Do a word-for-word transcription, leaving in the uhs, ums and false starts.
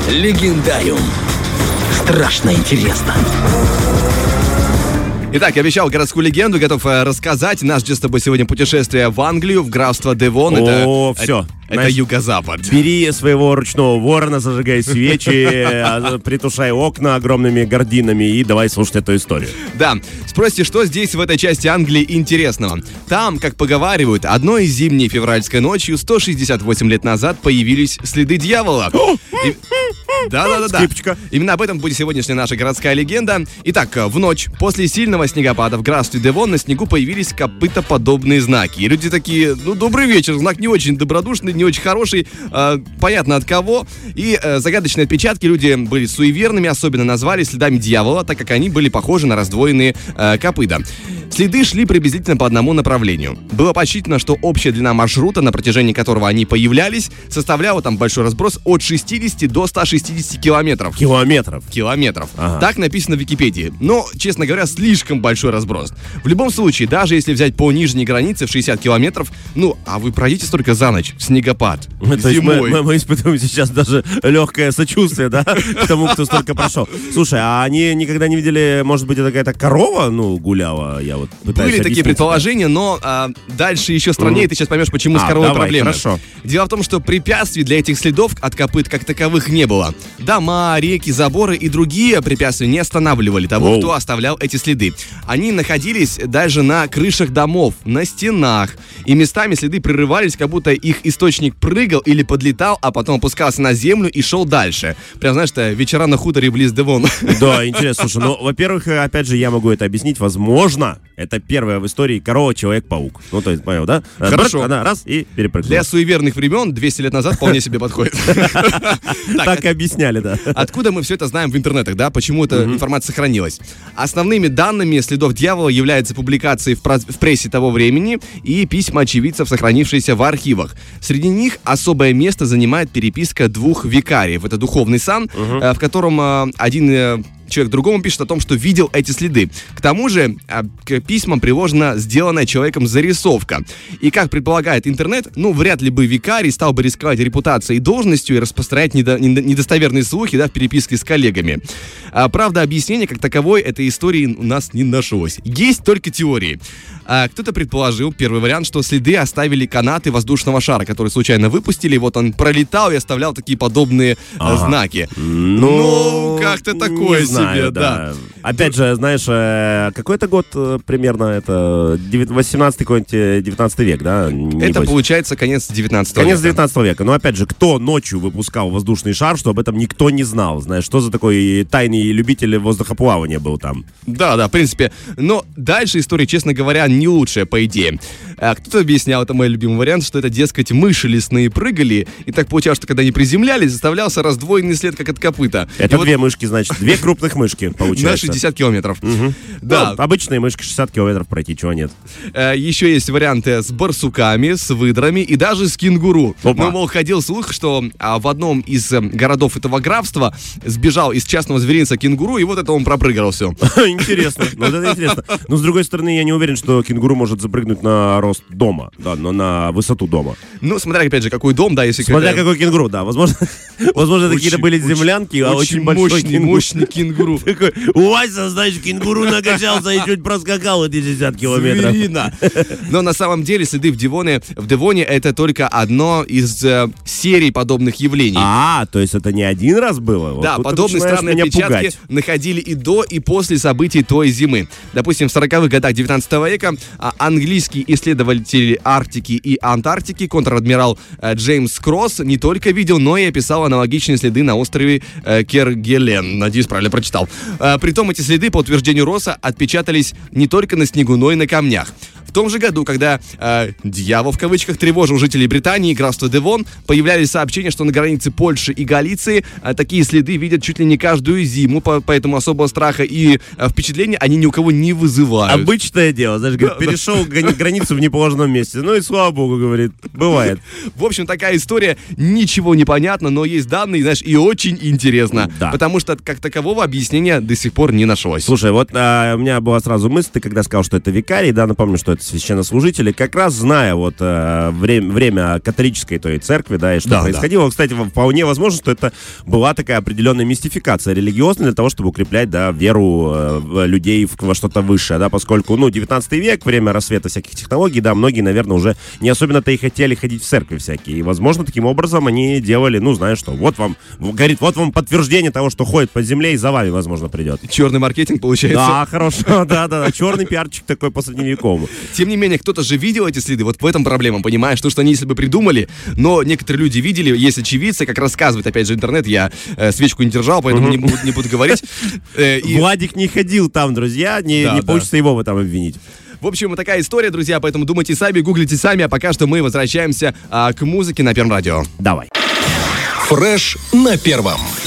Легендариум. Страшно интересно. Итак, я обещал городскую легенду, готов э, рассказать. Нас ждет с тобой сегодня путешествие в Англию, в графство Девон. О, это, все. Это, это юго-запад. Бери своего ручного ворона, зажигай свечи, притушай окна огромными гардинами и давай слушать эту историю. Да. Спросите, что здесь, в этой части Англии, интересного? Там, как поговаривают, одной зимней февральской ночью сто шестьдесят восемь лет назад появились следы дьявола. И... Да-да-да. Скрипочка. Именно об этом будет сегодняшняя наша городская легенда. Итак, в ночь после сильного снегопада в графстве Девон на снегу появились копытоподобные знаки. И люди такие: ну, добрый вечер, знак не очень добродушный, не очень хороший, э, понятно от кого. И э, загадочные отпечатки люди были суеверными, особенно назвали следами дьявола, так как они были похожи на раздвоенные э, копыта. Следы шли приблизительно по одному направлению. Было подсчитано, что общая длина маршрута, на протяжении которого они появлялись, составляла там большой разброс от шестидесяти до ста шестидесяти километров. Километров. Километров. Ага. Так написано в Википедии. Но, честно говоря, слишком большой разброс. В любом случае, даже если взять по нижней границе в шестьдесят километров, ну, а вы пройдете столько за ночь, снегопад, То есть мы, зимой. мы, мы испытываем сейчас даже легкое сочувствие, да, к тому, кто столько прошел. Слушай, а они никогда не видели, может быть, это какая-то корова, ну, гуляла, я вот пытаюсь Были такие объяснить. предположения, но а, дальше еще страннее, Мгм. ты сейчас поймешь, почему с А, коровой давай, проблемы. хорошо. Дело в том, что препятствий для этих следов от копыт как таковых не было. Дома, реки, заборы и другие препятствия не останавливали того, Воу. кто оставлял эти следы. Они находились даже на крышах домов, на стенах. И местами следы прерывались, как будто их источник прыгал или подлетал, а потом опускался на землю и шел дальше. Прям, знаешь, это вечера на хуторе близ Девона. Да, интересно. Слушай, ну, во-первых, опять же, я могу это объяснить. Возможно, это первая в истории корова Человек-паук. Ну, то есть, понял, да? Хорошо. Она раз и перепрыгнула. Для суеверных времен двести лет назад вполне себе подходит. Так и объясняли, да. Откуда мы все это знаем в интернетах, да? Почему эта информация сохранилась? Основными данными следов дьявола являются публикации в, про- в прессе того времени и письма очевидцев, сохранившиеся в архивах. Среди них особое место занимает переписка двух викариев. Это духовный сан, э, в котором э, один... э, человек другому пишет о том, что видел эти следы. К тому же а, к письмам приложена сделанная человеком зарисовка. И, как предполагает интернет, ну, вряд ли бы викарий стал бы рисковать репутацией и должностью и распространять недо, недо, недостоверные слухи, да, в переписке с коллегами. А, правда, объяснения как таковой этой истории у нас не нашлось. Есть только теории. А, кто-то предположил, первый вариант, что следы оставили канаты воздушного шара, которые случайно выпустили, и вот он пролетал и оставлял такие подобные а, знаки. Ну, как-то такое не знаю, себе, да. да. Опять же, знаешь, э, какой это год э, примерно? Это восемнадцатый какой-нибудь, э, девятнадцатый век, да? Небось. Это получается конец девятнадцатого Конец века. девятнадцатого века. Но опять же, кто ночью выпускал воздушный шар, что об этом никто не знал? Знаешь, что за такой тайный любитель воздухоплавания был там? Да, да, в принципе. Но дальше история, честно говоря, не лучшая, по идее. А кто-то объяснял, это мой любимый вариант, что это, дескать, мыши лесные прыгали, и так получалось, что когда они приземлялись, заставлялся раздвоенный след, как от копыта. Это И две вот мышки, значит, две крупных мышки, получается. на шестьдесят километров. Мгм. Да. Ну, обычные мышки шестьдесят километров пройти, чего нет. Э, Еще есть варианты с барсуками, с выдрами и даже с кенгуру. Опа. Но, мол, ходил слух, что а, в одном из э, городов этого графства сбежал из частного зверинца кенгуру, и вот это он пропрыгал все. Интересно. Ну, вот это интересно. Но, с другой стороны, я не уверен, что кенгуру может запрыгнуть на рост дома, да, но на высоту дома. Ну, смотря, опять же, какой дом, да, если... Смотря какая- какой кенгуру, да. Возможно, возможно, это какие-то были землянки, а очень большой мощный, кенгуру. мощный кенгуру. Такой, у Вася, значит, кенгуру накачался и чуть проскакал эти шестьдесят километров. Зверина. Но на самом деле следы в Девоне, в Девоне это только одно из э, серий подобных явлений. А, то есть это не один раз было? Вот Да, тут ты подобные начинаешь странные меня отпечатки пугать. находили и до, и после событий той зимы. Допустим, в сороковых годах девятнадцатого века а, английский исследователь Арктики и Антарктики, контр-адмирал э, Джеймс Кросс, не только видел, но и описал аналогичные следы на острове э, Кергелен. Надеюсь, правильно прочитал. Э, притом эти следы, по утверждению Росса, отпечатались не только на снегу, но и на камнях. В том же году, когда э, «дьявол» в кавычках тревожил жителей Британии и графства Девон, появлялись сообщения, что на границе Польши и Галиции э, такие следы видят чуть ли не каждую зиму, по- поэтому особого страха и э, впечатления они ни у кого не вызывают. Обычное дело, знаешь, говорит, Да, да. перешел грани- границу в неположенном месте. Ну и слава богу, говорит, бывает. В общем, такая история, ничего не понятно, но есть данные, знаешь, и очень интересно. Да. Потому что как такового объяснения до сих пор не нашлось. Слушай, вот а, у меня была сразу мысль, ты когда сказал, что это викарий, да, напомню, что это священнослужители, как раз зная вот э, время, время католической той церкви, да, и что Да, происходило. Да. Кстати, вполне возможно, что это была такая определенная мистификация религиозная для того, чтобы укреплять, да, веру э, людей в, во что-то высшее, да, поскольку, ну, девятнадцатый век, время рассвета всяких технологий, да, многие, наверное, уже не особенно-то и хотели ходить в церкви всякие. И, возможно, таким образом они делали, ну, знаешь что, вот вам, говорит, вот вам подтверждение того, что ходит по земле и за вами, возможно, придет. Черный маркетинг получается. Да, хорошо, да-да, черный пиарчик такой по средневековому. Тем не менее, кто-то же видел эти следы, вот в этом проблема, понимаешь, то, что они если бы придумали, но некоторые люди видели, есть очевидцы, как рассказывает, опять же, интернет, я э, свечку не держал, поэтому не, буду, не буду говорить. Э, и... Владик не ходил там, друзья, не, да, не да. получится его в этом обвинить. В общем, вот такая история, друзья, поэтому думайте сами, гуглите сами, а пока что мы возвращаемся а, к музыке на Первом радио. Давай. Фреш на Первом.